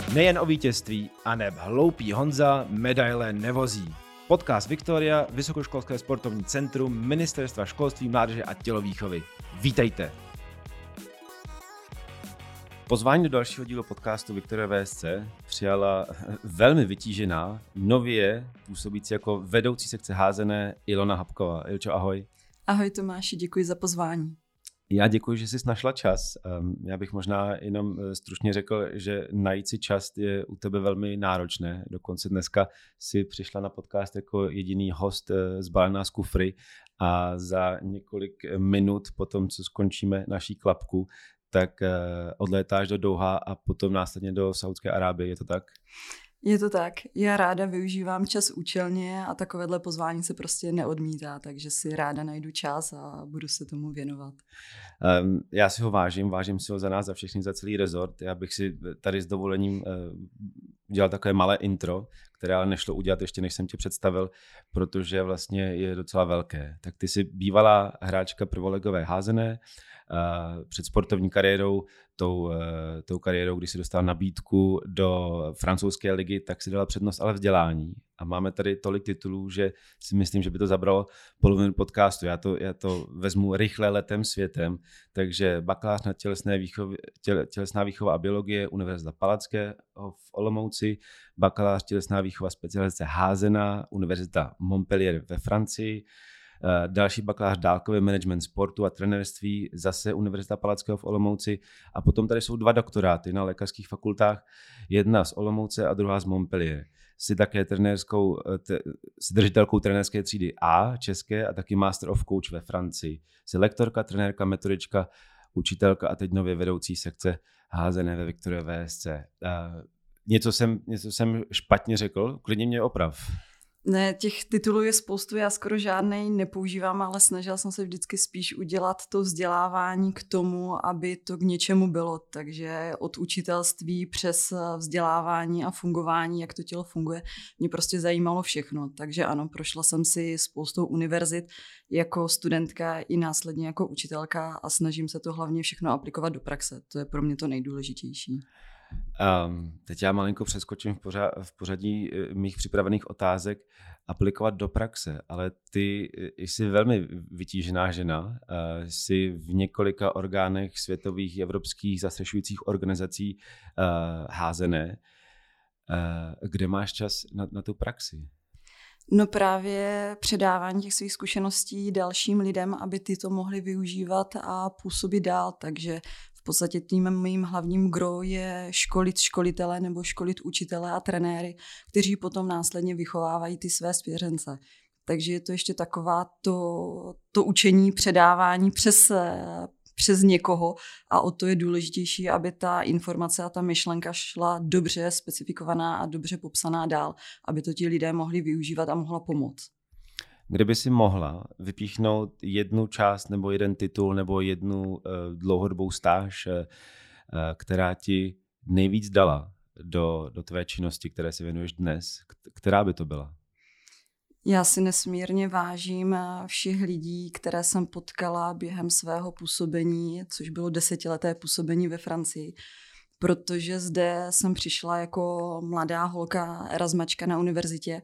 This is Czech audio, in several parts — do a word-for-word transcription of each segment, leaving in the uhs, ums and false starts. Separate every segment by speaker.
Speaker 1: Nejen o vítězství, aneb hloupý Honza medaile nevozí. Podcast Viktoria, Vysokoškolské sportovní centrum Ministerstva školství, mládeže a tělovýchovy. Vítejte! Pozvání do dalšího dílu podcastu Viktoria V S C přijala velmi vytížená, nově působící jako vedoucí sekce házené Ilona Habková. Ilčo, ahoj.
Speaker 2: Ahoj Tomáši, děkuji za pozvání.
Speaker 1: Já děkuji, že jsi našla čas. Já bych možná jenom stručně řekl, že najít si čas je u tebe velmi náročné. Dokonce dneska si přišla na podcast jako jediný host zbalená z kufry a za několik minut po tom, co skončíme naší klapku, tak odlétáš do Dauhá a potom následně do Saúdské Arábie. Je to tak?
Speaker 2: Je to tak. Já ráda využívám čas účelně a takovéhle pozvání se prostě neodmítá, takže si ráda najdu čas a budu se tomu věnovat.
Speaker 1: Um, já si ho vážím, vážím si ho za nás, za všechny, za celý rezort. Já bych si tady s dovolením uh, udělal takové malé intro, které ale nešlo udělat ještě, než jsem tě představil, protože vlastně je docela velké. Tak ty jsi bývalá hráčka prvolegové házené, uh, před sportovní kariérou, tou, uh, tou kariérou, kdy si dostala nabídku do francouzské ligy, tak si dala přednost ale vzdělání. A máme tady tolik titulů, že si myslím, že by to zabralo polovinu podcastu. Já to, já to vezmu rychle letem světem. Takže bakalář na tělesné výchově, těle, tělesná výchova a biologie Univerzita Palackého v Olomouci, bakalář tělesná výchova specializace házená Univerzita Montpellier ve Francii, další bakalář dálkový management sportu a trenérství, zase Univerzita Palackého v Olomouci, a potom tady jsou dva doktoráty na lékařských fakultách, jedna z Olomouce a druhá z Montpellier. Jsi také trenérskou, te, jsi držitelkou trenérské třídy A české a taky Master of Coach ve Francii. Jsi lektorka, trenérka, metodička, učitelka a teď nově vedoucí sekce házené ve Viktoria V S C. Uh, něco, jsem, něco jsem špatně řekl, klidně mě oprav.
Speaker 2: Ne, těch titulů je spoustu, já skoro žádnej nepoužívám, ale snažila jsem se vždycky spíš udělat to vzdělávání k tomu, aby to k něčemu bylo. Takže od učitelství přes vzdělávání a fungování, jak to tělo funguje, mě prostě zajímalo všechno. Takže ano, prošla jsem si spoustou univerzit jako studentka i následně jako učitelka a snažím se to hlavně všechno aplikovat do praxe. To je pro mě to nejdůležitější.
Speaker 1: Um, teď já malinko přeskočím v, pořad, v pořadí mých připravených otázek. Aplikovat do praxe, ale ty jsi velmi vytížená žena, uh, jsi v několika orgánech světových, evropských zastřešujících organizací uh, házené. Uh, kde máš čas na, na tu praxi?
Speaker 2: No právě předávání těch svých zkušeností dalším lidem, aby ty to mohli využívat a působit dál, takže v podstatě tím mým hlavním gro je školit školitele nebo školit učitele a trenéry, kteří potom následně vychovávají ty své svěřence. Takže je to ještě taková to, to učení, předávání přes, přes někoho a o to je důležitější, aby ta informace a ta myšlenka šla dobře specifikovaná a dobře popsaná dál, aby to ti lidé mohli využívat a mohla pomoct.
Speaker 1: Kdyby si mohla vypíchnout jednu část nebo jeden titul nebo jednu uh, dlouhodobou stáž, uh, která ti nejvíc dala do, do tvé činnosti, které se věnuješ dnes, která by to byla?
Speaker 2: Já si nesmírně vážím všech lidí, které jsem potkala během svého působení, což bylo desetileté působení ve Francii, protože zde jsem přišla jako mladá holka erasmačka na univerzitě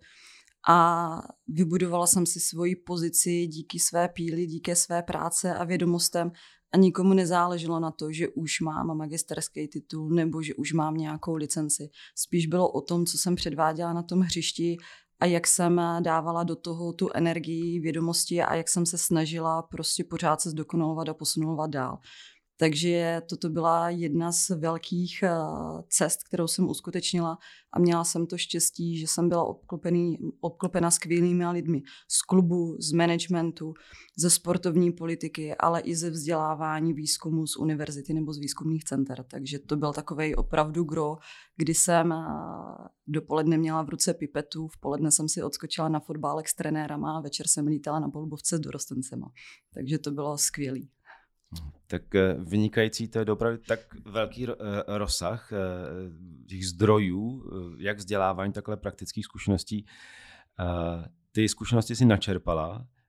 Speaker 2: a vybudovala jsem si svoji pozici díky své píli, díky své práce a vědomostem a nikomu nezáleželo na to, že už mám magisterský titul nebo že už mám nějakou licenci. Spíš bylo o tom, co jsem předváděla na tom hřišti a jak jsem dávala do toho tu energii, vědomosti a jak jsem se snažila prostě pořád se zdokonalovat a posunovat dál. Takže toto byla jedna z velkých cest, kterou jsem uskutečnila a měla jsem to štěstí, že jsem byla obklopený, obklopena skvělými lidmi z klubu, z managementu, ze sportovní politiky, ale i ze vzdělávání výzkumu z univerzity nebo z výzkumných center. Takže to byl takovej opravdu gro, kdy jsem dopoledne měla v ruce pipetu, v poledne jsem si odskočila na fotbálek s trenérama a večer jsem lítala na polubovce s dorostencema. Takže to bylo skvělý.
Speaker 1: Tak vynikající, to je opravdu tak velký rozsah těch zdrojů, jak vzdělávání, takhle praktických zkušeností. Ty zkušenosti si načerpala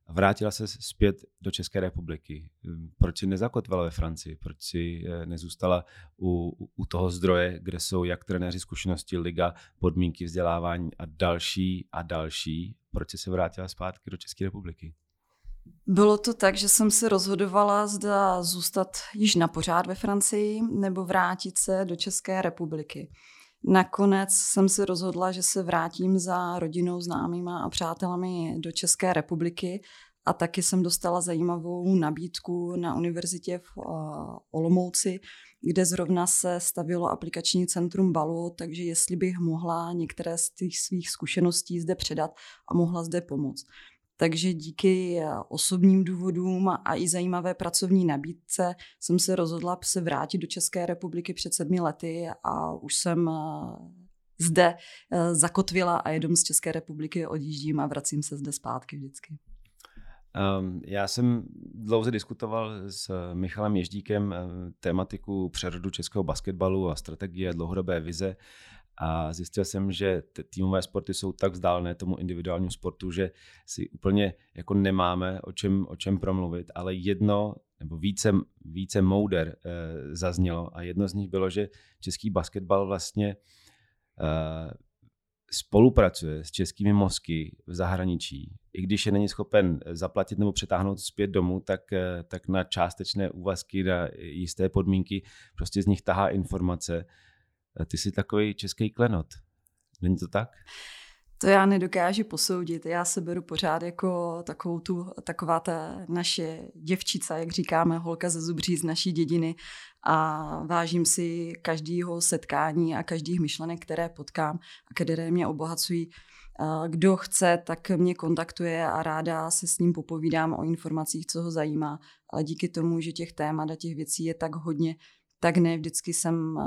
Speaker 1: vrátila se zpět do České republiky. Proč si nezakotvila ve Francii? Proč si nezůstala u, u toho zdroje, kde jsou jak trenéři, zkušenosti, liga, podmínky vzdělávání a další a další? Proč si se vrátila zpátky do České republiky?
Speaker 2: Bylo to tak, že jsem se rozhodovala, zda zůstat již na pořád ve Francii nebo vrátit se do České republiky. Nakonec jsem se rozhodla, že se vrátím za rodinou, známýma a přátelami do České republiky a taky jsem dostala zajímavou nabídku na univerzitě v Olomouci, kde zrovna se stavilo aplikační centrum Balu, takže jestli bych mohla některé z těch svých zkušeností zde předat a mohla zde pomoct. Takže díky osobním důvodům a i zajímavé pracovní nabídce jsem se rozhodla se vrátit do České republiky před sedmi lety a už jsem zde zakotvila a jedu z České republiky, odjíždím a vracím se zde zpátky vždycky.
Speaker 1: Um, já jsem dlouze diskutoval s Michalem Ježdíkem tématiku přerodu českého basketbalu a strategie dlouhodobé vize. A zjistil jsem, že ty týmové sporty jsou tak vzdálené tomu individuálnímu sportu, že si úplně jako nemáme o čem, o čem promluvit, ale jedno nebo více, více mouder e, zaznělo a jedno z nich bylo, že český basketbal vlastně e, spolupracuje s českými mozky v zahraničí. I když je není schopen zaplatit nebo přetáhnout zpět domů, tak, e, tak na částečné úvazky, na jisté podmínky prostě z nich tahá informace. Ty jsi takový český klenot. Není to tak?
Speaker 2: To já nedokážu posoudit. Já se beru pořád jako takovou tu, taková ta naše děvčica, jak říkáme, holka ze Zubří z naší dědiny a vážím si každého setkání a každých myšlenek, které potkám a které mě obohacují. Kdo chce, tak mě kontaktuje a ráda se s ním popovídám o informacích, co ho zajímá. Ale díky tomu, že těch témat a těch věcí je tak hodně, tak ne vždycky jsem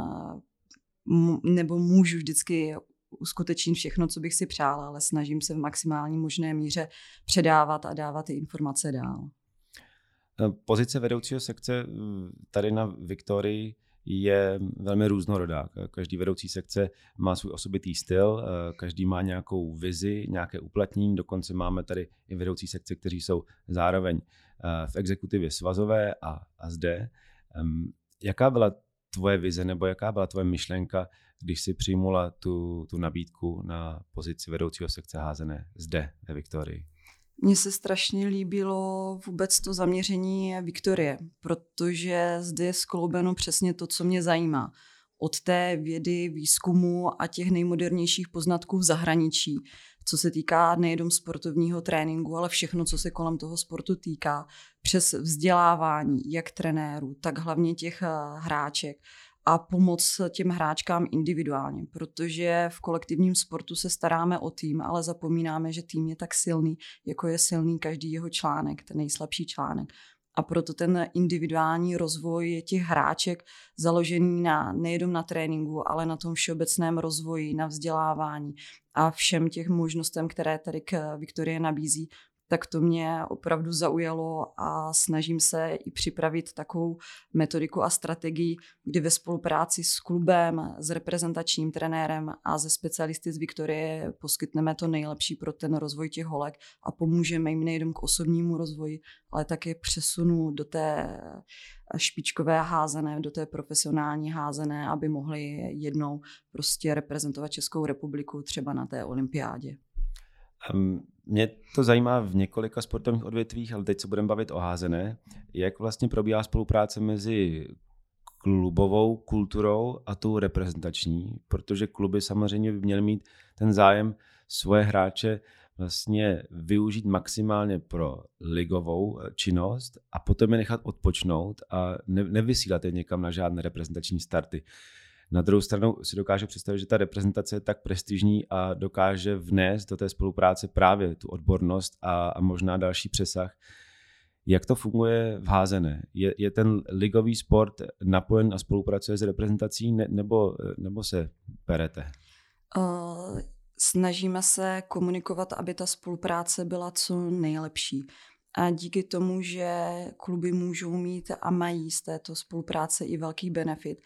Speaker 2: nebo můžu vždycky uskutečnit všechno, co bych si přála, ale snažím se v maximální možné míře předávat a dávat ty informace dál.
Speaker 1: Pozice vedoucího sekce tady na Viktorii je velmi různorodá. Každý vedoucí sekce má svůj osobitý styl, každý má nějakou vizi, nějaké uplatnění, dokonce máme tady i vedoucí sekce, kteří jsou zároveň v exekutivě svazové a, a zde. Jaká byla tvoje vize nebo jaká byla tvoje myšlenka, když jsi přijmula tu, tu nabídku na pozici vedoucího sekce házené zde ve Viktorii?
Speaker 2: Mně se strašně líbilo vůbec to zaměření Viktorie, protože zde je skloubeno přesně to, co mě zajímá. Od té vědy, výzkumu a těch nejmodernějších poznatků v zahraničí, co se týká nejenom sportovního tréninku, ale všechno, co se kolem toho sportu týká, přes vzdělávání jak trenérů, tak hlavně těch hráček a pomoc těm hráčkám individuálně, protože v kolektivním sportu se staráme o tým, ale zapomínáme, že tým je tak silný, jako je silný každý jeho článek, ten nejslabší článek. A proto ten individuální rozvoj těch hráček založený na, nejenom na tréninku, ale na tom všeobecném rozvoji, na vzdělávání a všem těch možnostem, které tady k Viktorie nabízí, tak to mě opravdu zaujalo a snažím se i připravit takovou metodiku a strategii, kdy ve spolupráci s klubem, s reprezentačním trenérem a se specialisty z Viktorie poskytneme to nejlepší pro ten rozvoj těch holek a pomůžeme jim nejenom k osobnímu rozvoji, ale také přesunu do té špičkové házené, do té profesionální házené, aby mohli jednou prostě reprezentovat Českou republiku třeba na té olympiádě.
Speaker 1: Mě to zajímá v několika sportovních odvětvích, ale teď se budeme bavit o házené. Jak vlastně probíhá spolupráce mezi klubovou kulturou a tou reprezentační? Protože kluby samozřejmě by měly mít ten zájem svoje hráče vlastně využít maximálně pro ligovou činnost a potom je nechat odpočnout a nevysílat je někam na žádné reprezentační starty. Na druhou stranu si dokážu představit, že ta reprezentace je tak prestižní a dokáže vnést do té spolupráce právě tu odbornost a, a možná další přesah. Jak to funguje v házené? Je, je ten ligový sport napojen a spolupracuje s reprezentací ne, nebo, nebo se perete?
Speaker 2: Uh, snažíme se komunikovat, aby ta spolupráce byla co nejlepší. A díky tomu, že kluby můžou mít a mají z této spolupráce i velký benefit,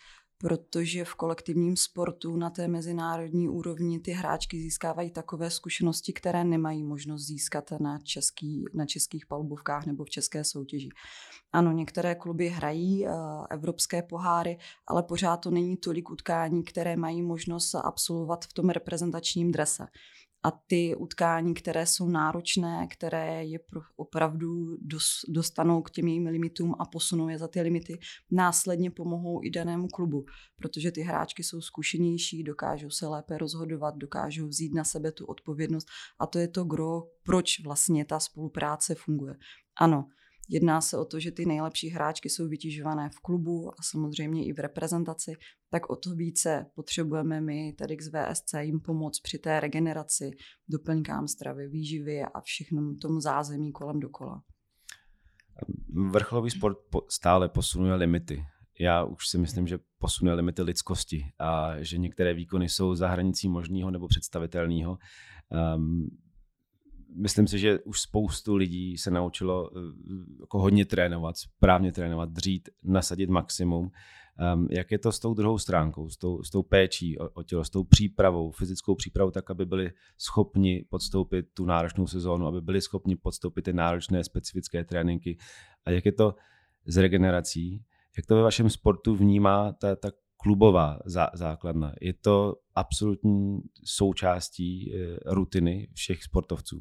Speaker 2: protože v kolektivním sportu na té mezinárodní úrovni ty hráčky získávají takové zkušenosti, které nemají možnost získat na, český, na českých palubovkách nebo v české soutěži. Ano, některé kluby hrají uh, evropské poháry, ale pořád to není tolik utkání, které mají možnost absolvovat v tom reprezentačním drese. A ty utkání, které jsou náročné, které je opravdu dostanou k těm jejím limitům a posunou je za ty limity, následně pomohou i danému klubu, protože ty hráčky jsou zkušenější, dokážou se lépe rozhodovat, dokážou vzít na sebe tu odpovědnost a to je to gro, proč vlastně ta spolupráce funguje. Ano, jedná se o to, že ty nejlepší hráčky jsou vytěžované v klubu a samozřejmě i v reprezentaci, tak o to více potřebujeme my, tedy k V S C, jim pomoct při té regeneraci, doplňkám stravy, výživy a všechno tomu zázemí kolem dokola.
Speaker 1: Vrcholový sport stále posunuje limity. Já už si myslím, že posunuje limity lidskosti a že některé výkony jsou za hranicí možného nebo představitelného. Um, Myslím si, že už spoustu lidí se naučilo jako hodně trénovat, správně trénovat, dřít, nasadit maximum. Um, jak je to s tou druhou stránkou, s tou, s tou péčí o, o tělo, s tou přípravou, fyzickou přípravou, tak aby byli schopni podstoupit tu náročnou sezónu, aby byli schopni podstoupit ty náročné specifické tréninky. A jak je to s regenerací? Jak to ve vašem sportu vnímá ta, ta klubová zá, základna? Je to absolutní součástí e, rutiny všech sportovců?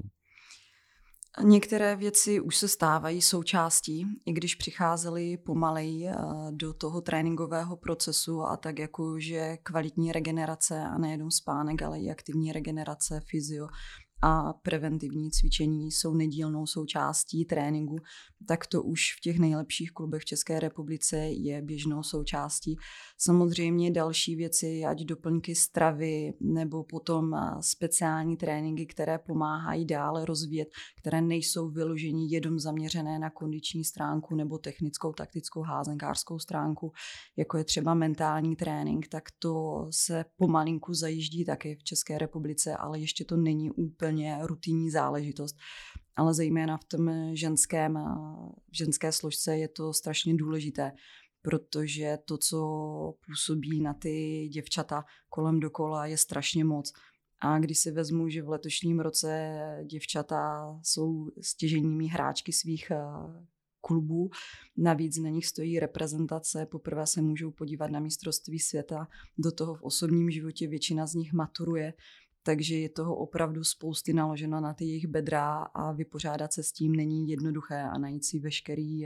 Speaker 2: Některé věci už se stávají součástí, i když přicházely pomaleji do toho tréninkového procesu a tak jako, že kvalitní regenerace a nejenom spánek, ale i aktivní regenerace, fyzio a preventivní cvičení jsou nedílnou součástí tréninku, tak to už v těch nejlepších klubech v České republice je běžnou součástí. Samozřejmě další věci, ať doplňky stravy nebo potom speciální tréninky, které pomáhají dále rozvíjet, které nejsou vyložení jenom zaměřené na kondiční stránku nebo technickou, taktickou, házenkářskou stránku, jako je třeba mentální trénink, tak to se pomalinku zajíždí taky v České republice, ale ještě to není úplně rutinní záležitost, ale zejména v tom ženském, v ženské složce je to strašně důležité, protože to, co působí na ty děvčata kolem dokola, je strašně moc. A když si vezmu, že v letošním roce děvčata jsou stěžejními hráčky svých klubů, navíc na nich stojí reprezentace, poprvé se můžou podívat na mistrovství světa, do toho v osobním životě většina z nich maturuje, takže je toho opravdu spousty naloženo na ty jejich bedra a vypořádat se s tím není jednoduché a najít si veškerý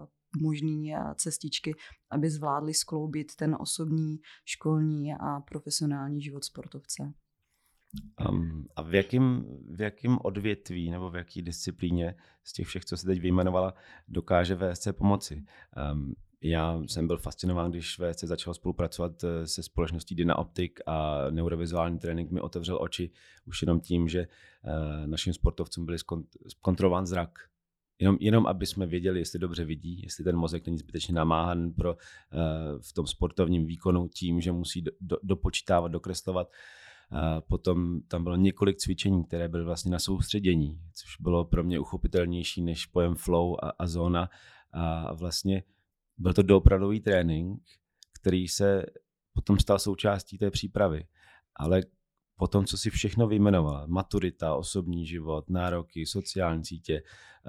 Speaker 2: možný cestičky, aby zvládli skloubit ten osobní, školní a profesionální život sportovce.
Speaker 1: Um, a v jakém v jakém odvětví nebo v jaké disciplíně z těch všech, co se teď vyjmenovala, dokáže V S C pomoci? Um, Já jsem byl fascinován, když V S C začal spolupracovat se společností Dynaoptik a neurovizuální trénink mi otevřel oči už jenom tím, že našim sportovcům byl zkontrolován zrak. Jenom, jenom aby jsme věděli, jestli dobře vidí, jestli ten mozek není zbytečně namáhan pro, v tom sportovním výkonu tím, že musí do, do, dopočítávat, dokreslovat. Potom tam bylo několik cvičení, které byly vlastně na soustředění, což bylo pro mě uchopitelnější než pojem flow a, a zóna. A vlastně byl to doopravdový trénink, který se potom stal součástí té přípravy. Ale potom, co si všechno vyjmenovala, maturita, osobní život, nároky, sociální sítě,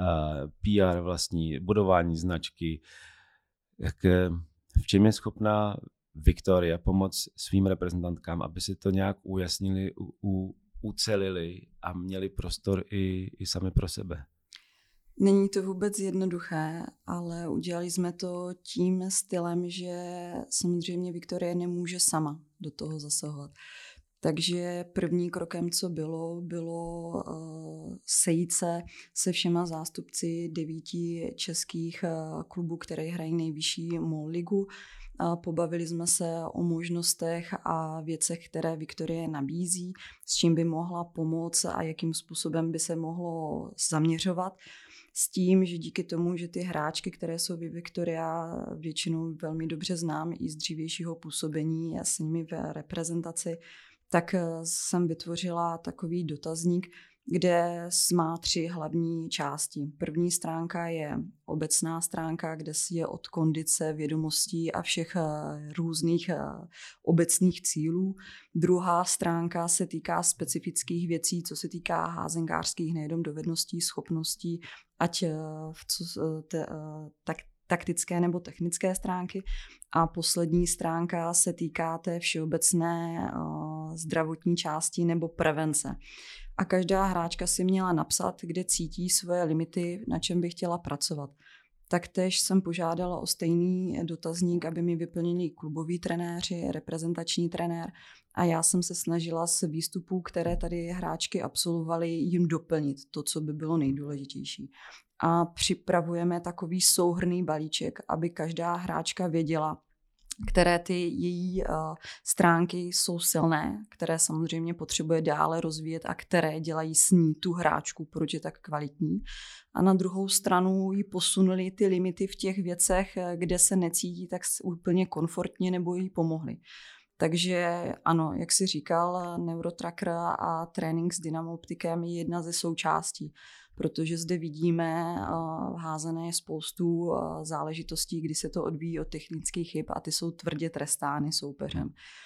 Speaker 1: P R vlastní, budování značky, jak, v čem je schopná Viktoria pomoct svým reprezentantkám, aby si to nějak ujasnili, u, u, ucelili a měli prostor i, i sami pro sebe?
Speaker 2: Není to vůbec jednoduché, ale udělali jsme to tím stylem, že samozřejmě Viktorie nemůže sama do toho zasahovat. Takže první krokem, co bylo, bylo uh, sejít se se všema zástupci devíti českých uh, klubů, které hrají nejvyšší MOL ligu. Uh, pobavili jsme se o možnostech a věcech, které Viktorie nabízí, s čím by mohla pomoct a jakým způsobem by se mohlo zaměřovat. S tím, že díky tomu, že ty hráčky, které jsou v Viktoria, většinou velmi dobře znám i z dřívějšího působení, já s nimi v reprezentaci, tak jsem vytvořila takový dotazník, kde má tři hlavní části. První stránka je obecná stránka, kde je od kondice, vědomostí a všech různých obecných cílů. Druhá stránka se týká specifických věcí, co se týká házenkářských nejenom dovedností, schopností, ať v co, te, tak taktické nebo technické stránky. A poslední stránka se týká té všeobecné uh, zdravotní části nebo prevence. A každá hráčka si měla napsat, kde cítí svoje limity, na čem by chtěla pracovat. Taktéž jsem požádala o stejný dotazník, aby mi vyplnili kluboví trenéři, reprezentační trenér a já jsem se snažila z výstupů, které tady hráčky absolvovaly, jim doplnit to, co by bylo nejdůležitější. A připravujeme takový souhrnný balíček, aby každá hráčka věděla, které ty její uh, stránky jsou silné, které samozřejmě potřebuje dále rozvíjet a které dělají s ní tu hráčku, proč je tak kvalitní. A na druhou stranu jí posunuli ty limity v těch věcech, kde se necítí tak úplně komfortně nebo jí pomohli. Takže ano, jak jsi říkal, Neurotracker a trénink s dynamooptikem je jedna ze součástí, protože zde vidíme uh, házené je spoustu uh, záležitostí, kdy se to odvíjí od technických chyb a ty jsou tvrdě trestány soupeřem.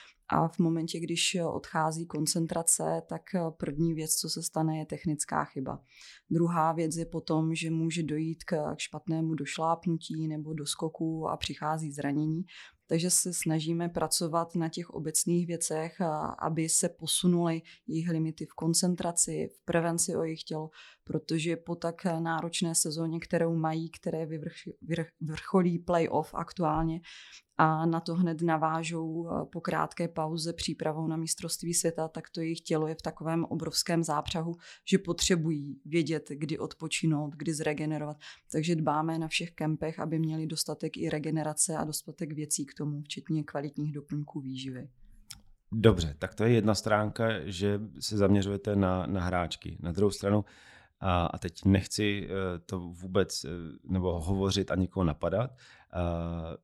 Speaker 2: A v momentě, když odchází koncentrace, tak první věc, co se stane, je technická chyba. Druhá věc je potom, že může dojít k špatnému došlápnutí nebo do skoku a přichází zranění. Takže se snažíme pracovat na těch obecných věcech, aby se posunuly jejich limity v koncentraci, v prevenci o jejich tělo, protože po tak náročné sezóně, kterou mají, které vyvrcholí playoff aktuálně a na to hned navážou po krátké pauze přípravou na mistrovství světa, tak to jejich tělo je v takovém obrovském zápřahu, že potřebují vědět, kdy odpočinout, kdy zregenerovat. Takže dbáme na všech kempech, aby měli dostatek i regenerace a dostatek věcí k tomu, včetně kvalitních doplňků výživy.
Speaker 1: Dobře, tak to je jedna stránka, že se zaměřujete na, na hráčky. Na druhou stranu, a, a teď nechci to vůbec nebo hovořit a nikoho napadat, a,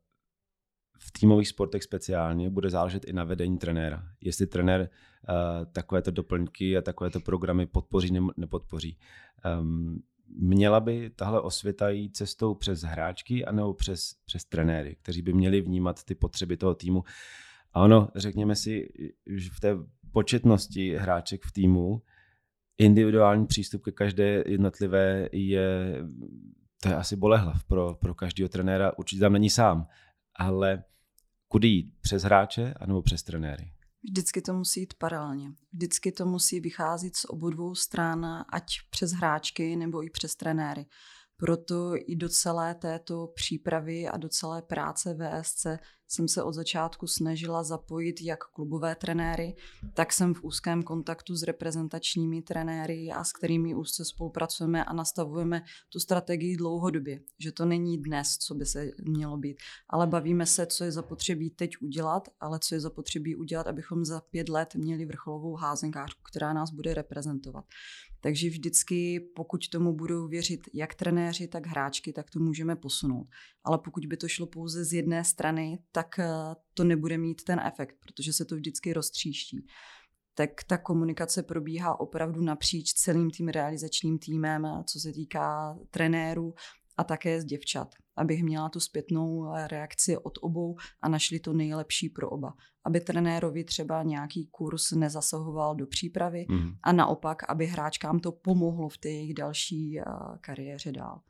Speaker 1: v týmových sportech speciálně bude záležet i na vedení trenéra. Jestli trenér uh, takovéto doplňky a takovéto programy podpoří nebo nepodpoří. Um, měla by tahle osvěta jít cestou přes hráčky anebo přes, přes trenéry, kteří by měli vnímat ty potřeby toho týmu. A ono, řekněme si, že v té početnosti hráček v týmu individuální přístup ke každé jednotlivé je, to je asi bolehlav pro, pro každého trenéra. Určitě tam není sám. Ale kudy jít? Přes hráče anebo přes trenéry?
Speaker 2: Vždycky to musí jít paralelně. Vždycky to musí vycházet z obou dvou stran, ať přes hráčky nebo i přes trenéry. Proto i do celé této přípravy a do celé práce V S C jsem se od začátku snažila zapojit jak klubové trenéry, tak jsem v úzkém kontaktu s reprezentačními trenéry a s kterými úzce spolupracujeme a nastavujeme tu strategii dlouhodobě. Že to není dnes, co by se mělo být, ale bavíme se, co je zapotřebí teď udělat, ale co je zapotřebí udělat, abychom za pět let měli vrcholovou házenkářku, která nás bude reprezentovat. Takže vždycky, pokud tomu budou věřit jak trenéři, tak hráčky, tak to můžeme posunout. Ale pokud by to šlo pouze z jedné strany, tak to nebude mít ten efekt, protože se to vždycky roztříští. Tak ta komunikace probíhá opravdu napříč celým tím realizačním týmem, co se týká trenérů a také z děvčat, abych měla tu zpětnou reakci od obou a našli to nejlepší pro oba. Aby trenérovi třeba nějaký kurz nezasahoval do přípravy mm. a naopak, aby hráčkám to pomohlo v té jejich další kariéře dál.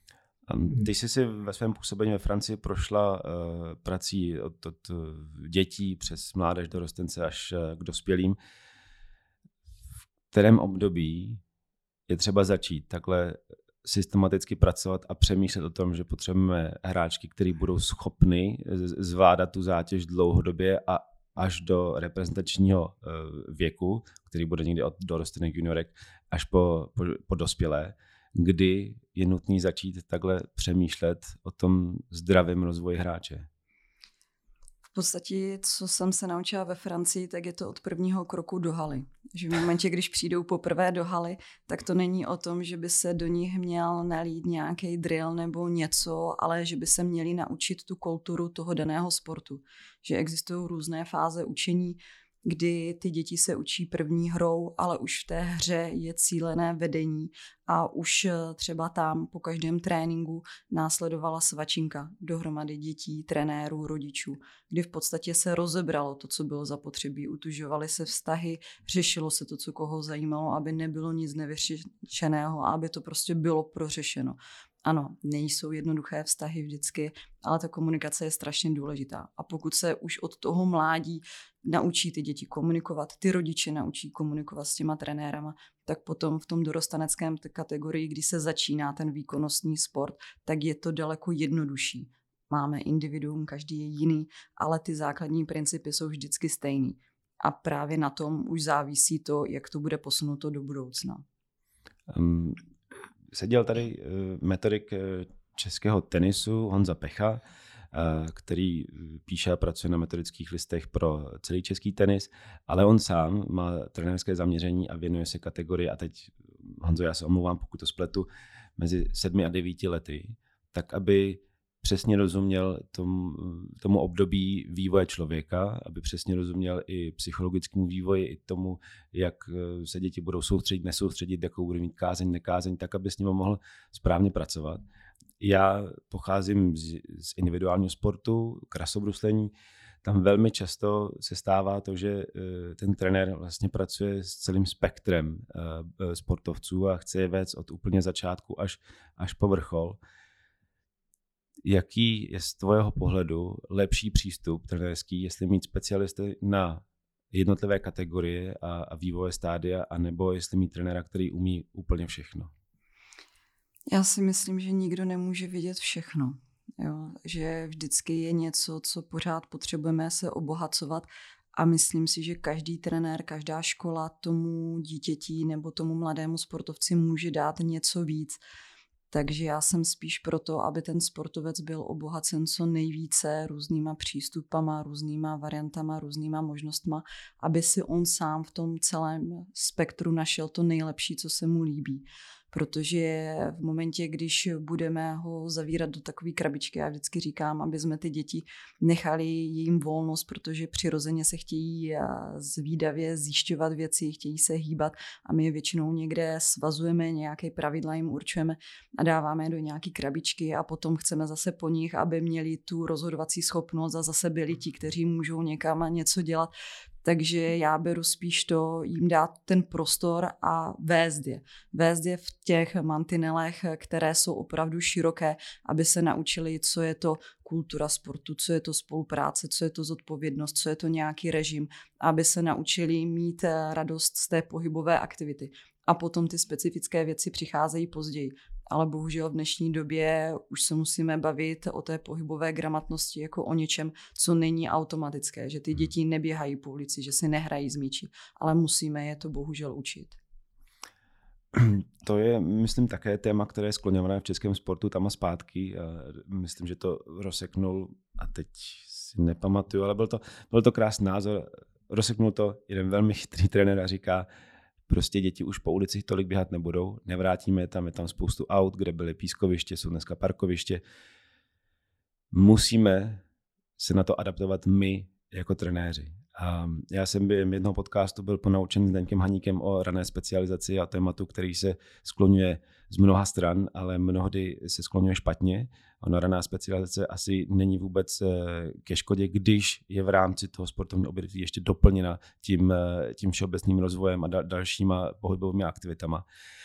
Speaker 1: Ty jsi si ve svém působení ve Francii prošla uh, prací od, od dětí přes mládež, dorostence až uh, k dospělým. V kterém období je třeba začít takhle systematicky pracovat a přemýšlet o tom, že potřebujeme hráčky, které budou schopny zvládat tu zátěž dlouhodobě a až do reprezentačního věku, který bude někdy od dorostených juniorek až po, po, po dospělé, kdy je nutný začít takhle přemýšlet o tom zdravém rozvoji hráče.
Speaker 2: V podstatě, co jsem se naučila ve Francii, tak je to od prvního kroku do haly. Že v momentě, když přijdou poprvé do haly, tak to není o tom, že by se do nich měl nalít nějaký drill nebo něco, ale že by se měli naučit tu kulturu toho daného sportu. Že existují různé fáze učení. kdy ty děti se učí první hrou, ale už v té hře je cílené vedení a už třeba tam po každém tréninku následovala svačinka dohromady dětí, trenérů, rodičů, kdy v podstatě se rozebralo to, co bylo zapotřebí, utužovaly se vztahy, řešilo se to, co koho zajímalo, aby nebylo nic nevyřešeného a aby to prostě bylo prořešeno. Ano, nejsou jednoduché vztahy vždycky, ale ta komunikace je strašně důležitá. A pokud se už od toho mládí naučí ty děti komunikovat, ty rodiče naučí komunikovat s těma trenérama, tak potom v tom dorostaneckém kategorii, kdy se začíná ten výkonnostní sport, tak je to daleko jednodušší. Máme individuum, každý je jiný, ale ty základní principy jsou vždycky stejný. A právě na tom už závisí to, jak to bude posunuto do budoucna.
Speaker 1: Um... Seděl tady metodik českého tenisu Honza Pecha, který píše a pracuje na metodických listech pro celý český tenis, ale on sám má trenérské zaměření a věnuje se kategorii, a teď, Honzo, já se omlouvám, pokud to spletu, mezi sedmi a devíti lety, tak aby přesně rozuměl tomu, tomu období vývoje člověka, aby přesně rozuměl i psychologickému vývoji, i tomu, jak se děti budou soustředit, nesoustředit, jakou budou mít kázeň, nekázeň, tak, aby s ním mohl správně pracovat. Já pocházím z, z individuálního sportu, krasobruslení. Tam velmi často se stává to, že ten trenér vlastně pracuje s celým spektrem sportovců a chce je vést od úplně začátku až, až po vrchol. Jaký je z tvého pohledu lepší přístup trenérský, jestli mít specialisty na jednotlivé kategorie a, a vývoje stádia, anebo jestli mít trenéra, který umí úplně všechno?
Speaker 2: Já si myslím, že nikdo nemůže vidět všechno. Jo? Že vždycky je něco, co pořád potřebujeme se obohacovat, a myslím si, že každý trenér, každá škola tomu dítěti nebo tomu mladému sportovci může dát něco víc. Takže já jsem spíš proto, aby ten sportovec byl obohacen co nejvíce různýma přístupama, různýma variantama, různýma možnostma, aby si on sám v tom celém spektru našel to nejlepší, co se mu líbí. Protože v momentě, když budeme ho zavírat do takové krabičky, já vždycky říkám, aby jsme ty děti nechali jim volnost, protože přirozeně se chtějí zvídavě zjišťovat věci, chtějí se hýbat a my je většinou někde svazujeme, nějaké pravidla jim určujeme a dáváme je do nějaké krabičky a potom chceme zase po nich, aby měli tu rozhodovací schopnost a zase byli ti, kteří můžou někam něco dělat. Takže já beru spíš to jim dát ten prostor a vést je. Vést je v těch mantinelech, které jsou opravdu široké, aby se naučili, co je to kultura sportu, co je to spolupráce, co je to zodpovědnost, co je to nějaký režim, aby se naučili mít radost z té pohybové aktivity. A potom ty specifické věci přicházejí později. Ale bohužel v dnešní době už se musíme bavit o té pohybové gramotnosti jako o něčem, co není automatické, že ty děti neběhají po ulici, že si nehrají z míči, ale musíme je to bohužel učit.
Speaker 1: To je, myslím, také téma, které je skloňované v českém sportu tam a zpátky. Myslím, že to rozseknul, a teď si nepamatuju, ale byl to, byl to krásný názor. Rozseknul to jeden velmi chytrý trenér a říká, prostě děti už po ulici tolik běhat nebudou, nevrátíme je tam, je tam spoustu aut, kde byly pískoviště, jsou dneska parkoviště. Musíme se na to adaptovat my jako trenéři. A já jsem během jednoho podcastu byl ponaučen s Zdeňkem Haníkem o rané specializaci a tématu, který se skloňuje z mnoha stran, ale mnohdy se skloňuje špatně. Ona raná specializace asi není vůbec ke škodě, když je v rámci toho sportovního odvětví ještě doplněna tím, tím všeobecným rozvojem a dalšíma pohybovými aktivitama.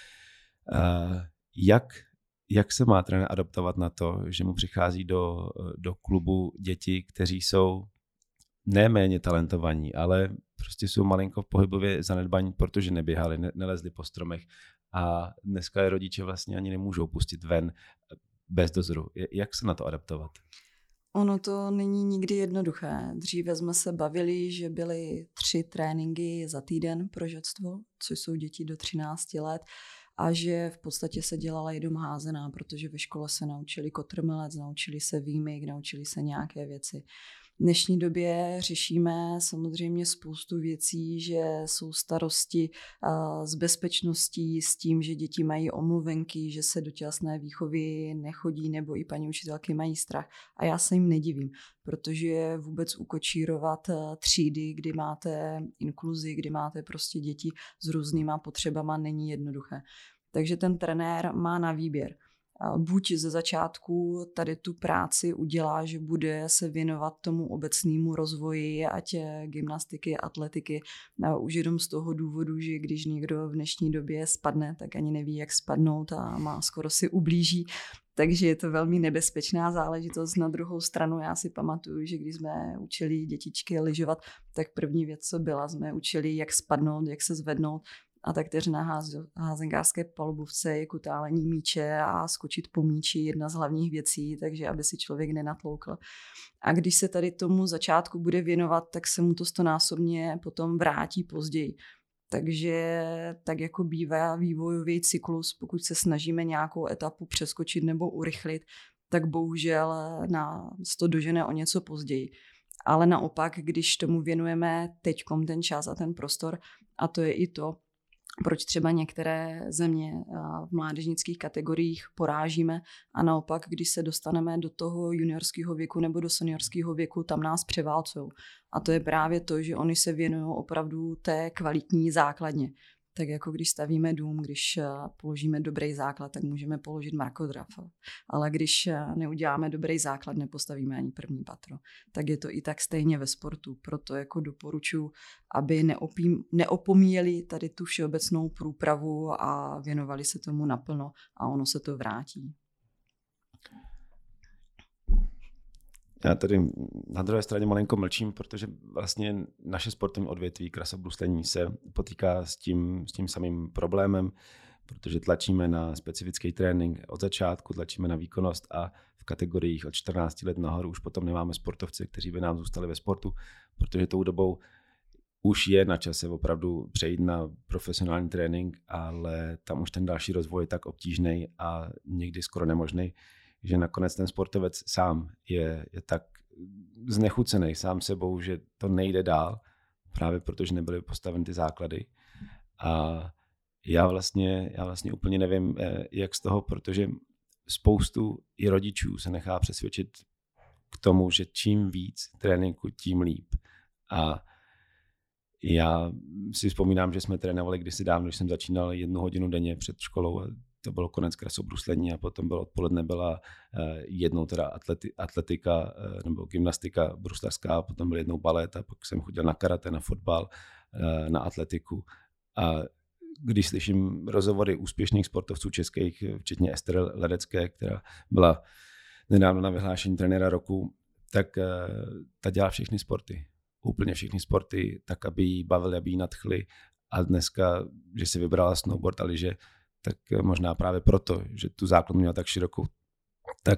Speaker 1: Jak, jak se má trenér adaptovat na to, že mu přichází do, do klubu děti, kteří jsou ne méně talentovaní, ale prostě jsou malinko v pohybově zanedbaní, protože neběhali, ne, nelezli po stromech a dneska je rodiče vlastně ani nemůžou pustit ven bez dozoru. Jak se na to adaptovat?
Speaker 2: Ono to není nikdy jednoduché. Dříve jsme se bavili, že byly tři tréninky za týden pro žectvo, což jsou děti do třinácti let, a že v podstatě se dělala jenom házená, protože ve škole se naučili kotrmelec, naučili se výmyk, naučili se nějaké věci. V dnešní době řešíme samozřejmě spoustu věcí, že jsou starosti s bezpečností, s tím, že děti mají omluvenky, že se do tělesné výchovy nechodí, nebo i paní učitelky mají strach. A já se jim nedivím, protože vůbec ukočírovat třídy, kdy máte inkluzi, kdy máte prostě děti s různýma potřebama, není jednoduché. Takže ten trenér má na výběr. Buď ze začátku tady tu práci udělá, že bude se věnovat tomu obecnému rozvoji, ať gymnastiky, atletiky, a už jenom z toho důvodu, že když někdo v dnešní době spadne, tak ani neví, jak spadnout a má skoro si ublíží. Takže je to velmi nebezpečná záležitost. Na druhou stranu já si pamatuju, že když jsme učili dětičky lyžovat, tak první věc, co byla, jsme učili, jak spadnout, jak se zvednout. A taktéž na ház, házenkářské palubovce je kutálení míče a skočit po míči jedna z hlavních věcí, takže aby si člověk nenatloukl. A když se tady tomu začátku bude věnovat, tak se mu to stonásobně potom vrátí později. Takže tak jako bývá vývojový cyklus, pokud se snažíme nějakou etapu přeskočit nebo urychlit, tak bohužel nás to dožene o něco později. Ale naopak, když tomu věnujeme teďkom ten čas a ten prostor, a to je i to, proč třeba některé země v mládežnických kategoriích porážíme a naopak, když se dostaneme do toho juniorského věku nebo do seniorského věku, tam nás převálcují. A to je právě to, že oni se věnují opravdu té kvalitní základně. Tak jako když stavíme dům, když položíme dobrý základ, tak můžeme položit mrakodrap. Ale když neuděláme dobrý základ, nepostavíme ani první patro. Tak je to i tak stejně ve sportu. Proto jako doporučuji, aby neopím, neopomíjeli tady tu všeobecnou průpravu a věnovali se tomu naplno a ono se to vrátí.
Speaker 1: Já tady na druhé straně malinko mlčím, protože vlastně naše sportovní odvětví krasobruslení se potýká s tím, s tím samým problémem, protože tlačíme na specifický trénink od začátku, tlačíme na výkonnost a v kategoriích od čtrnácti let nahoru už potom nemáme sportovce, kteří by nám zůstali ve sportu, protože tou dobou už je na čase opravdu přejít na profesionální trénink, ale tam už ten další rozvoj je tak obtížný a někdy skoro nemožný, že nakonec ten sportovec sám je, je tak znechucený sám sebou, že to nejde dál, právě protože nebyly postaveny ty základy. A já vlastně, já vlastně úplně nevím, jak z toho, protože spoustu i rodičů se nechá přesvědčit k tomu, že čím víc tréninku, tím líp. A já si vzpomínám, že jsme trénovali kdysi dávno, když jsem začínal jednu hodinu denně před školou. To bylo konec krasobruslení a potom bylo odpoledne byla jednou teda atleti, atletika nebo gymnastika bruslařská, potom byl jednou balet a pak jsem chodil na karate, na fotbal, na atletiku. A když slyším rozhovory úspěšných sportovců českých, včetně Ester Ledecké, která byla nedávno na vyhlášení trenéra roku, tak ta dělá všechny sporty. Úplně všechny sporty, tak aby jí bavili, aby jí nadchli. A dneska, že si vybrala snowboard a lyže, tak možná právě proto, že tu základnu měla tak širokou, tak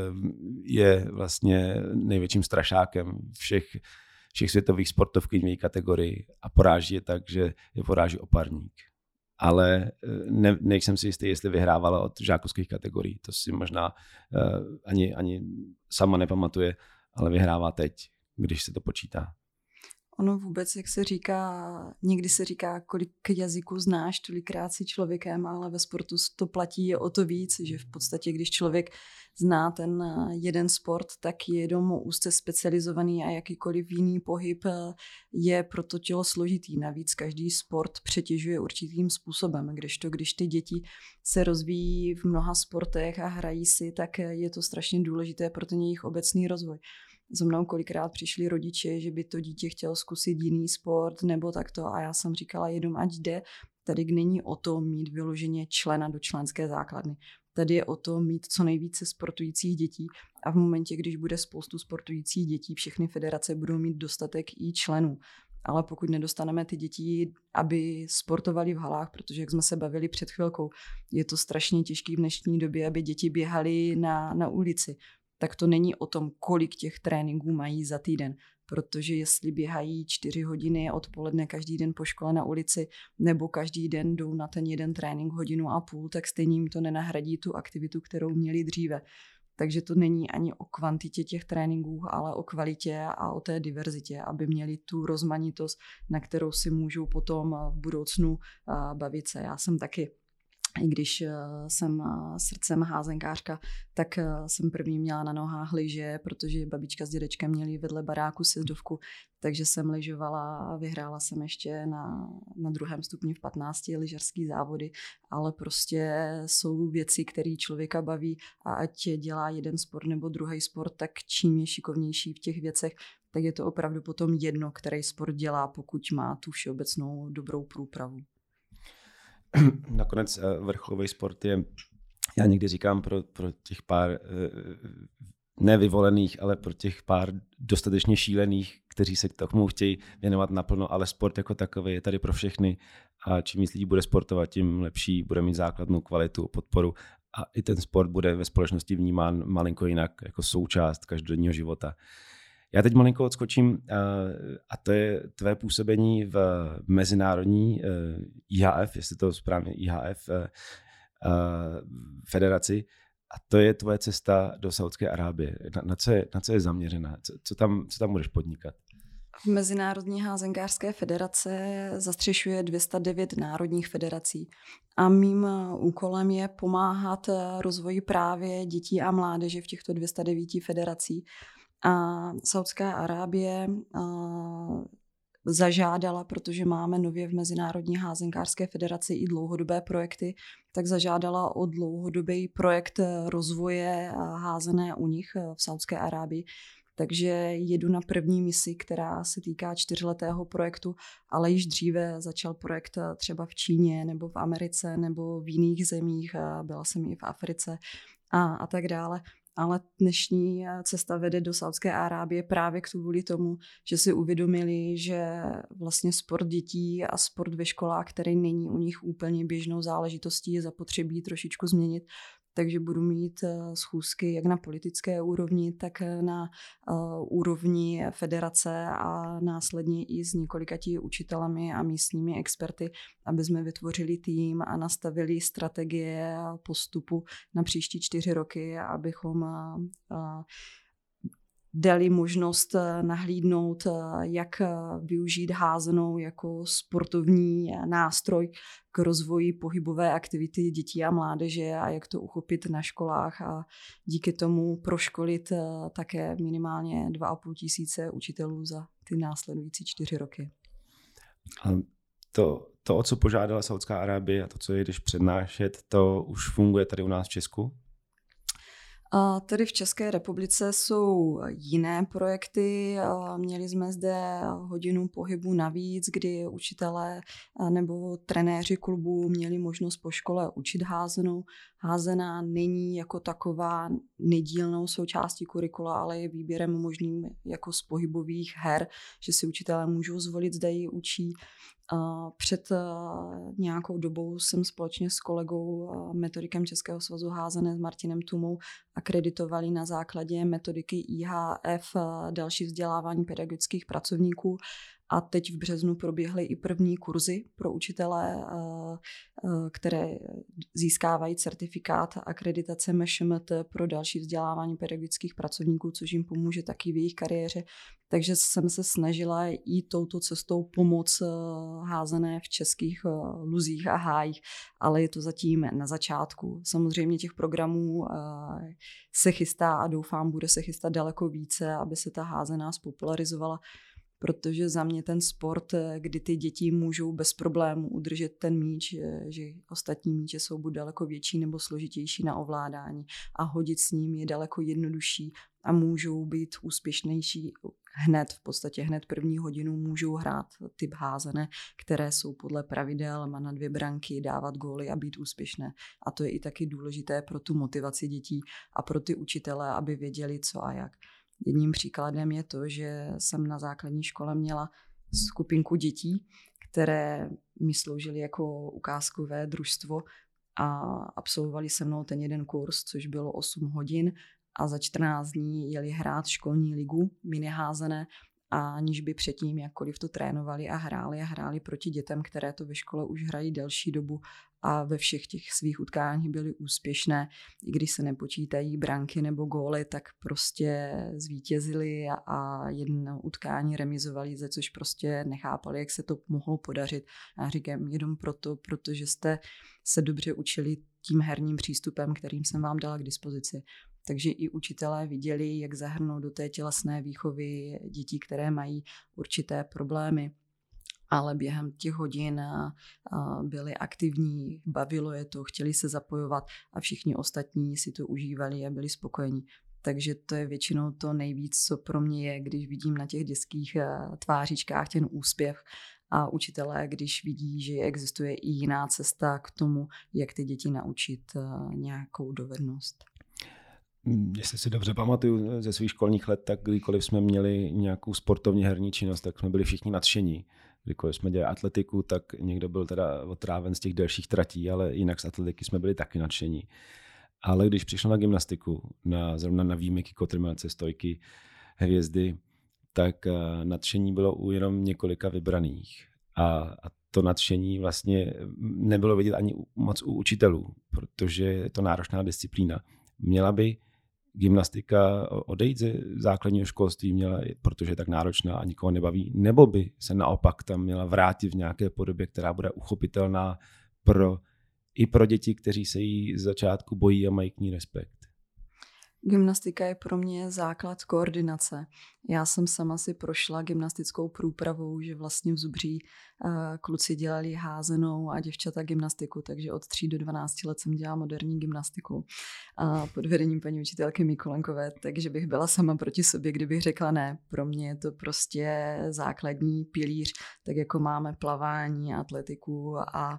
Speaker 1: je vlastně největším strašákem všech, všech světových sportovkyň v její kategorii a poráží je tak, že je poráží opárník. Ale ne, nejsem si jistý, jestli vyhrávala od žákovských kategorií. To si možná uh, ani, ani sama nepamatuje, ale vyhrává teď, když se to počítá.
Speaker 2: Ono vůbec, jak se říká, někdy se říká, kolik jazyků znáš, tolikrát si člověkem, ale ve sportu to platí o to víc, že v podstatě, když člověk zná ten jeden sport, tak je jenom úzce specializovaný a jakýkoliv jiný pohyb je pro to tělo složitý. Navíc každý sport přetěžuje určitým způsobem, kdežto když ty děti se rozvíjí v mnoha sportech a hrají si, tak je to strašně důležité pro ten jejich obecný rozvoj. Za mnou kolikrát přišli rodiče, že by to dítě chtělo zkusit jiný sport nebo takto a já jsem říkala jenom ať jde. Tady není o to mít vyloženě člena do členské základny. Tady je o to mít co nejvíce sportujících dětí a v momentě, když bude spoustu sportujících dětí, všechny federace budou mít dostatek i členů. Ale pokud nedostaneme ty děti, aby sportovali v halách, protože jak jsme se bavili před chvilkou, je to strašně těžké v dnešní době, aby děti běhaly na, na ulici. Tak to není o tom, kolik těch tréninků mají za týden, protože jestli běhají čtyři hodiny odpoledne každý den po škole na ulici nebo každý den jdou na ten jeden trénink hodinu a půl, tak stejně jim to nenahradí tu aktivitu, kterou měli dříve. Takže to není ani o kvantitě těch tréninků, ale o kvalitě a o té diverzitě, aby měli tu rozmanitost, na kterou si můžou potom v budoucnu bavit se. Já jsem taky, i když jsem srdcem házenkářka, tak jsem první měla na nohách lyže, protože babička s dědečkem měli vedle baráku sjezdovku, takže jsem lyžovala a vyhrála jsem ještě na, na druhém stupni v patnácti lyžařský závody, ale prostě jsou věci, které člověka baví a ať dělá jeden sport nebo druhý sport, tak čím je šikovnější v těch věcech, tak je to opravdu potom jedno, který sport dělá, pokud má tu všeobecnou dobrou průpravu.
Speaker 1: Nakonec vrcholový sport je, já někdy říkám pro, pro těch pár nevyvolených, ale pro těch pár dostatečně šílených, kteří se k tomu chtějí věnovat naplno, ale sport jako takový je tady pro všechny a čím víc lidí bude sportovat, tím lepší bude mít základnou kvalitu, podporu a i ten sport bude ve společnosti vnímán malinko jinak jako součást každodenního života. Já teď malinko odskočím a to je tvé působení v mezinárodní I H F, jestli to správně I H F federaci, a to je tvoje cesta do Saúdské Arábie. Na, na, co, je, na co je zaměřená? Co, co, tam, co tam budeš podnikat?
Speaker 2: V Mezinárodní házenkářské federace zastřešuje dvě stě devět národních federací a mým úkolem je pomáhat rozvoji právě dětí a mládeže v těchto dvě stě devět federací. A Saúdská Arábie zažádala, protože máme nově v Mezinárodní házenkářské federaci i dlouhodobé projekty, tak zažádala o dlouhodobý projekt rozvoje házené u nich v Saúdské Arábii. Takže jedu na první misi, která se týká čtyřletého projektu, ale již dříve začal projekt třeba v Číně nebo v Americe nebo v jiných zemích, byla jsem i v Africe a, a tak dále. Ale dnešní cesta vede do Saúdské Arábie právě kvůli tomu, že si uvědomili, že vlastně sport dětí a sport ve školách, který není u nich úplně běžnou záležitostí, je zapotřebí trošičku změnit. Takže budu mít schůzky jak na politické úrovni, tak na úrovni federace a následně i s několikati učitelami a místními experty, aby jsme vytvořili tým a nastavili strategie postupu na příští čtyři roky, abychom dali možnost nahlídnout, jak využít házenou jako sportovní nástroj k rozvoji pohybové aktivity dětí a mládeže a jak to uchopit na školách a díky tomu proškolit také minimálně dva a půl tisíce učitelů za ty následující čtyři roky.
Speaker 1: A to, to, o co požádala Saúdská Arábie a to, co jdeš přednášet, to už funguje tady u nás v Česku?
Speaker 2: A tady v České republice jsou jiné projekty. Měli jsme zde hodinu pohybu navíc, kdy učitelé nebo trenéři klubu měli možnost po škole učit házenou. Házená není jako taková nedílnou součástí kurikula, ale je výběrem možným jako z pohybových her, že si učitelé můžou zvolit, zda ji učí. Před nějakou dobou jsem společně s kolegou, metodikem Českého svazu házené s Martinem Tumou, akreditovali na základě metodiky I H F další vzdělávání pedagogických pracovníků. A teď v březnu proběhly i první kurzy pro učitele, které získávají certifikát akreditace M Š M T pro další vzdělávání pedagogických pracovníků, což jim pomůže taky v jejich kariéře. Takže jsem se snažila i touto cestou pomoct házené v českých luzích a hájích, ale je to zatím na začátku. Samozřejmě těch programů se chystá a doufám, bude se chystat daleko více, aby se ta házená spopularizovala. Protože za mě ten sport, kdy ty děti můžou bez problémů udržet ten míč, že ostatní míče jsou buď daleko větší nebo složitější na ovládání a hodit s ním je daleko jednodušší a můžou být úspěšnější hned, v podstatě hned první hodinu můžou hrát typ házené, které jsou podle pravidel, má na dvě branky, dávat góly a být úspěšné. A to je i taky důležité pro tu motivaci dětí a pro ty učitele, aby věděli co a jak. Jedním příkladem je to, že jsem na základní škole měla skupinku dětí, které mi sloužily jako ukázkové družstvo a absolvovali se mnou ten jeden kurz, což bylo osm hodin a za čtrnáct dní jeli hrát školní ligu miniházené, aniž by předtím jakkoliv to trénovali a hráli a hráli proti dětem, které to ve škole už hrají delší dobu a ve všech těch svých utkáních byly úspěšné. I když se nepočítají branky nebo góly, tak prostě zvítězili a jedno utkání remizovali, za což prostě nechápali, jak se to mohlo podařit. A říkám jenom proto, protože jste se dobře učili tím herním přístupem, kterým jsem vám dala k dispozici. Takže i učitelé viděli, jak zahrnout do té tělesné výchovy děti, které mají určité problémy. Ale během těch hodin byli aktivní, bavilo je to, chtěli se zapojovat a všichni ostatní si to užívali a byli spokojení. Takže to je většinou to nejvíc, co pro mě je, když vidím na těch dětských tvářičkách ten úspěch a učitelé, když vidí, že existuje i jiná cesta k tomu, jak ty děti naučit nějakou dovednost.
Speaker 1: Jestli si dobře pamatuju ze svých školních let, tak kdykoliv jsme měli nějakou sportovně herní činnost, tak jsme byli všichni nadšení. Kdykoliv jsme dělali atletiku, tak někdo byl teda otráven z těch delších tratí, ale jinak z atletiky jsme byli taky nadšení. Ale když přišlo na gymnastiku, na, zrovna na výjimky, kotrmelce, stojky, hvězdy, tak nadšení bylo u jenom několika vybraných. A, a to nadšení vlastně nebylo vidět ani moc u učitelů, protože je to náročná disciplína. Měla by gymnastika odejít ze základního školství, měla, protože je tak náročná a nikoho nebaví, nebo by se naopak tam měla vrátit v nějaké podobě, která bude uchopitelná pro, i pro děti, kteří se jí z začátku bojí a mají k ní respekt.
Speaker 2: Gymnastika je pro mě základ koordinace. Já jsem sama si prošla gymnastickou průpravou, že vlastně v Zubří uh, kluci dělali házenou a děvčata gymnastiku, takže od tří do dvanácti let jsem dělala moderní gymnastiku uh, pod vedením paní učitelky Mikulenkové, takže bych byla sama proti sobě, kdybych řekla ne. Pro mě je to prostě základní pilíř, tak jako máme plavání, atletiku a,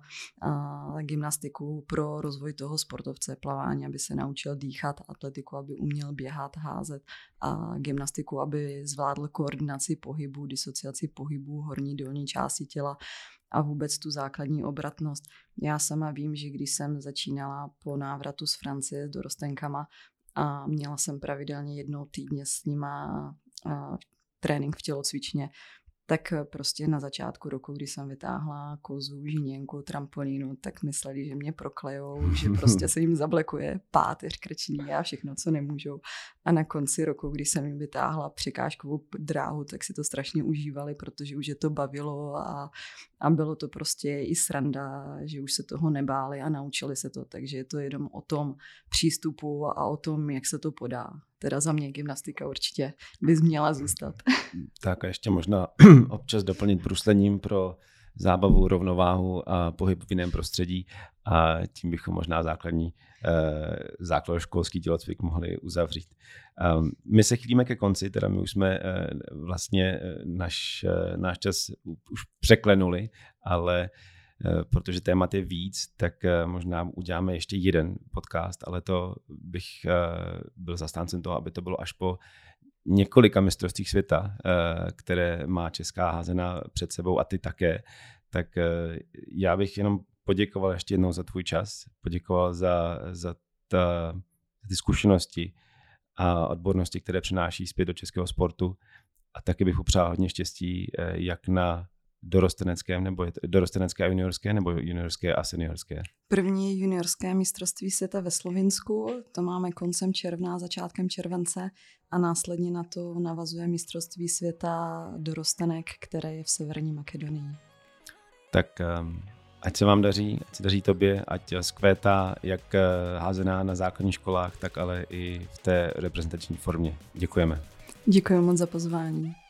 Speaker 2: a gymnastiku pro rozvoj toho sportovce. Plavání, aby se naučil dýchat, atletiku, aby uměl běhat, házet a gymnastiku, aby zvládl koordinaci pohybu, disociaci pohybu, horní dolní části těla a vůbec tu základní obratnost. Já sama vím, že když jsem začínala po návratu z Francie s dorostenkama a měla jsem pravidelně jednou týdně s nima trénink v tělocvičně, tak prostě na začátku roku, kdy jsem vytáhla kozu, žíněnku, trampolínu, tak mysleli, že mě proklejou, že prostě se jim zablekuje páteř, krční a všechno, co nemůžou. A na konci roku, když jsem jim vytáhla překážkovou dráhu, tak si to strašně užívali, protože už je to bavilo a, a bylo to prostě i sranda, že už se toho nebáli a naučili se to. Takže je to jenom o tom přístupu a o tom, jak se to podá. Teda za mě gymnastika určitě bys měla zůstat.
Speaker 1: Tak a ještě možná občas doplnit bruslením pro zábavu, rovnováhu a pohyb v jiném prostředí a tím bychom možná základní eh, základoškolský tělocvik mohli uzavřít. Um, my se chýlíme ke konci, teda my už jsme eh, vlastně naš, eh, náš čas už překlenuli, ale eh, protože témat je víc, tak eh, možná uděláme ještě jeden podcast, ale to bych eh, byl zastáncem toho, aby to bylo až po několika mistrovstvích světa, které má česká házená před sebou a ty také, tak já bych jenom poděkoval ještě jednou za tvůj čas, poděkoval za, za, ta, za ty zkušenosti a odbornosti, které přináší zpět do českého sportu a taky bych popřál hodně štěstí jak na dorosteneckém, nebo je to dorostenecké a juniorské, nebo juniorské a seniorské?
Speaker 2: První je juniorské mistrovství světa ve Slovinsku, to máme koncem června, začátkem července a následně na to navazuje mistrovství světa dorostenek, které je v Severní Makedonii.
Speaker 1: Tak um, ať se vám daří, ať se daří tobě, ať zkvétá jak házená na základních školách, tak ale i v té reprezentační formě. Děkujeme.
Speaker 2: Děkuji moc za pozvání.